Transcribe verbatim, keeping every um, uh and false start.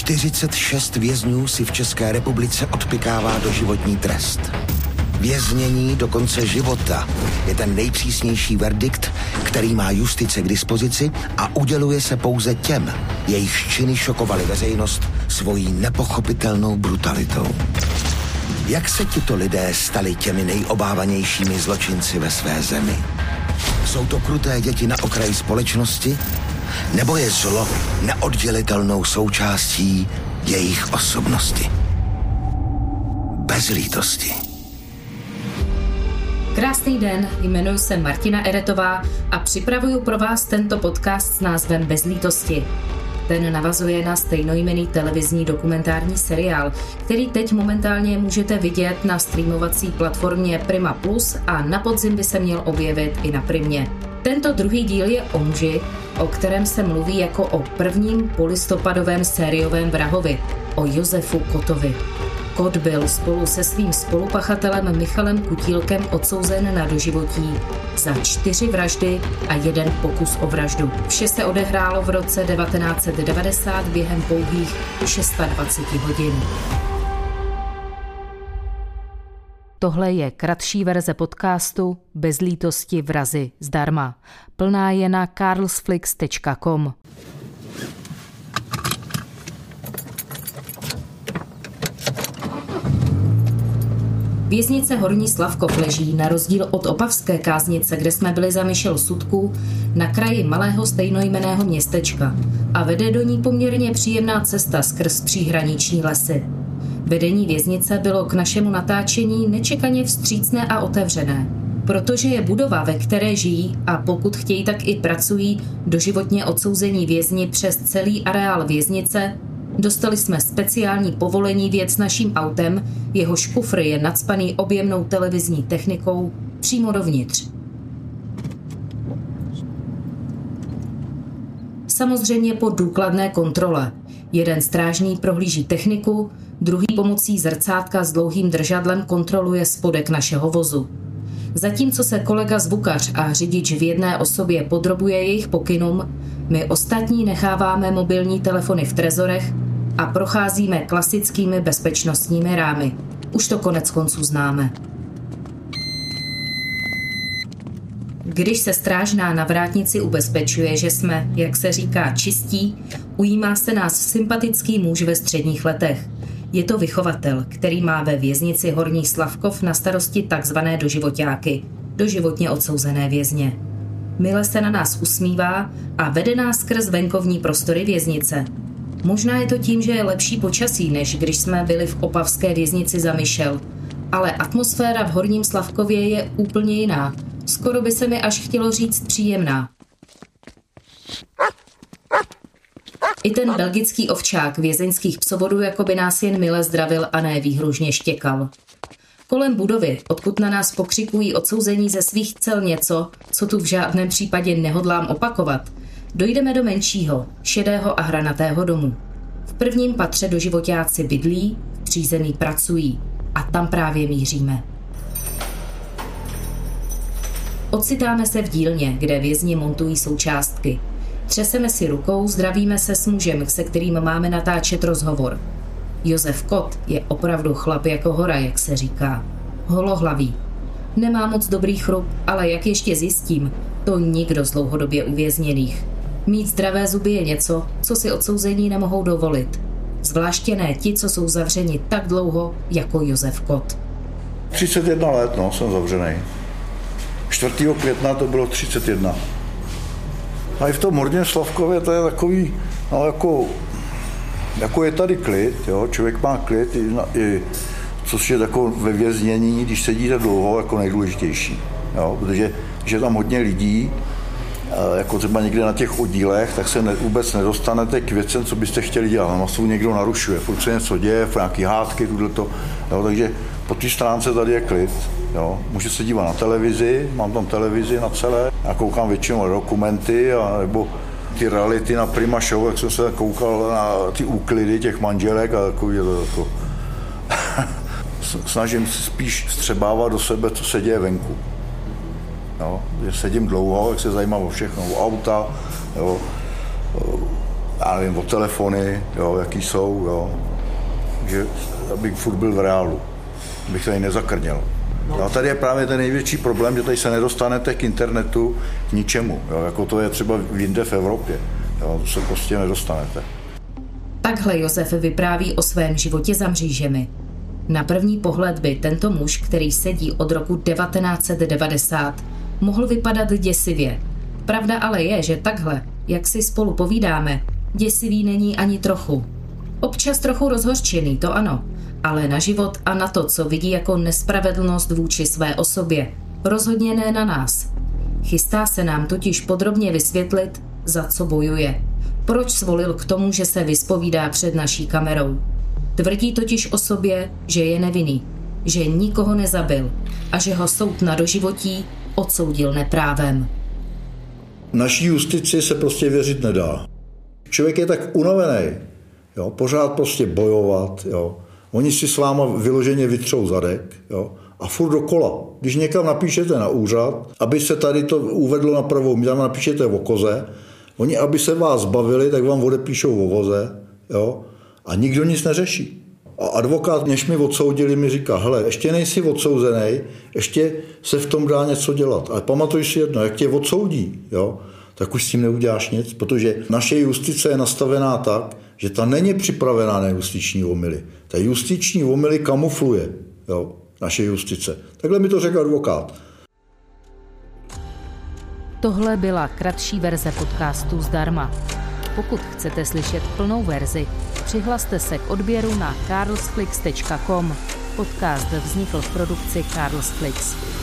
čtyřicet šest vězňů si v České republice odpykává doživotní trest. Věznění do konce života je ten nejpřísnější verdikt, který má justice k dispozici a uděluje se pouze těm, jejichž činy šokovaly veřejnost svojí nepochopitelnou brutalitou. Jak se tito lidé stali těmi nejobávanějšími zločinci ve své zemi? Jsou to kruté děti na okraji společnosti? Nebo je zlo neoddělitelnou součástí jejich osobnosti? Bez lítosti. Krásný den, jmenuji se Martina Eretová a připravuju pro vás tento podcast s názvem Bez lítosti. Ten navazuje na stejnojmenný televizní dokumentární seriál, který teď momentálně můžete vidět na streamovací platformě Prima Plus a na podzim by se měl objevit i na Primě. Tento druhý díl je o muži, o kterém se mluví jako o prvním polistopadovém sériovém vrahovi, o Josefu Kottovi. Kott byl spolu se svým spolupachatelem Michalem Kutílkem odsouzen na doživotí za čtyři vraždy a jeden pokus o vraždu. Vše se odehrálo v roce devatenáct set devadesát během pouhých dvacet šest hodin. Tohle je kratší verze podcastu Bez lítosti vrazi zdarma. Plná je na carlsflix tečka com. Věznice Horní Slavkov leží na rozdíl od opavské káznice, kde jsme byli za myšel sudků, na kraji malého stejnojmenného městečka a vede do ní poměrně příjemná cesta skrz příhraniční lesy. Vedení věznice bylo k našemu natáčení nečekaně vstřícné a otevřené, protože je budova, ve které žijí a pokud chtějí, tak i pracují doživotně odsouzení vězni přes celý areál věznice. Dostali jsme speciální povolení vjet s naším autem, jehož kufr je nacpaný objemnou televizní technikou přímo dovnitř. Samozřejmě po důkladné kontrole. Jeden strážný prohlíží techniku, druhý pomocí zrcátka s dlouhým držadlem kontroluje spodek našeho vozu. Zatímco se kolega zvukař a řidič v jedné osobě podrobuje jejich pokynům, my ostatní necháváme mobilní telefony v trezorech a procházíme klasickými bezpečnostními rámy. Už to konec konců známe. Když se strážná na vrátnici ubezpečuje, že jsme, jak se říká, čistí, ujímá se nás sympatický muž ve středních letech. Je to vychovatel, který má ve věznici Horní Slavkov na starosti takzvané doživoťáky, doživotně odsouzené vězně. Mile se na nás usmívá a vede nás skrz venkovní prostory věznice. Možná je to tím, že je lepší počasí, než když jsme byli v opavské věznici za Myšel, ale atmosféra v Horním Slavkově je úplně jiná. Skoro by se mi až chtělo říct příjemná. I ten belgický ovčák vězeňských psovodů jako by nás jen mile zdravil a ne výhružně štěkal. Kolem budovy, odkud na nás pokřikují odsouzení ze svých cel něco, co tu v žádném případě nehodlám opakovat, dojdeme do menšího, šedého a hranatého domu. V prvním patře doživoťáci bydlí, v přízemí pracují a tam právě míříme. Ocitáme se v dílně, kde vězni montují součástky. Třeseme si rukou, zdravíme se s mužem, se kterým máme natáčet rozhovor. Josef Kott je opravdu chlap jako hora, jak se říká. Holohlavý. Nemá moc dobrý chrup, ale jak ještě zjistím, to nikdo z dlouhodobě uvězněných. Mít zdravé zuby je něco, co si odsouzení nemohou dovolit. Zvláště ne ti, co jsou zavřeni tak dlouho, jako Josef Kott. třicet jedna let, no, jsem zavřený. čtvrtého května to bylo třicet jedna. A i v tom Horním Slavkově to je takový, no jako, jako je tady klid, jo, člověk má klid, i, i což je jako ve věznění, když sedíte dlouho, jako nejdůležitější, jo, protože když je tam hodně lidí, jako třeba někde na těch oddílech, tak se ne, vůbec nedostanete k věcem, co byste chtěli dělat. Na masu někdo narušuje, furt se něco děje, nějaký hádky, tohleto, jo, takže po té stránce tady je klid. Jo. Můžu se dívat na televizi, mám tam televizi na celé, a koukám většinou na dokumenty, a, nebo ty reality na Prima Show, jak jsem se koukal na ty úklidy těch manželek a takový to jako snažím se spíš vstřebávat do sebe, co se děje venku. Jo. Sedím dlouho, jak se zajímám o všechno, o auta, jo. já nevím, o telefony, jo, jaký jsou, jo, že abych furt byl v reálu, abych tady nezakrněl. No. A tady je právě ten největší problém, že tady se nedostanete k internetu k ničemu, jo, jako to je třeba jinde v Evropě, jo, to se prostě nedostanete. Takhle Josef vypráví o svém životě za mřížemi. Na první pohled by tento muž, který sedí od roku devatenáct set devadesát, mohl vypadat děsivě. Pravda ale je, že takhle, jak si spolu povídáme, děsivý není ani trochu. Občas trochu rozhořčený, to ano, ale na život a na to, co vidí jako nespravedlnost vůči své osobě, rozhodně ne na nás. Chystá se nám totiž podrobně vysvětlit, za co bojuje. Proč svolil k tomu, že se vyspovídá před naší kamerou. Tvrdí totiž o sobě, že je nevinný, že nikoho nezabil a že ho soud na doživotí odsoudil neprávem. Naší justici se prostě věřit nedá. Člověk je tak unavený, jo, pořád prostě bojovat, jo. Oni si s váma vyloženě vytřou zadek, jo, a furt dokola. Když někam napíšete na úřad, aby se tady to uvedlo na pravou míru, tam napíšete o koze, oni, aby se vás zbavili, tak vám odepíšou o voze, jo, a nikdo nic neřeší. A advokát, než mi odsoudili, mi říká, hele, ještě nejsi odsouzený, ještě se v tom dá něco dělat. Ale pamatuj si jedno, jak tě odsoudí, jo, tak už s tím neuděláš nic, protože naše justice je nastavená tak, že ta není připravená na justiční omyly. Ta justiční omyly kamufluje, jo, naše justice. Takhle mi to řekl advokát. Tohle byla kratší verze podcastu zdarma. Pokud chcete slyšet plnou verzi, přihlaste se k odběru na carlsflix tečka com. Podcast vznikl v produkci Carlsflix.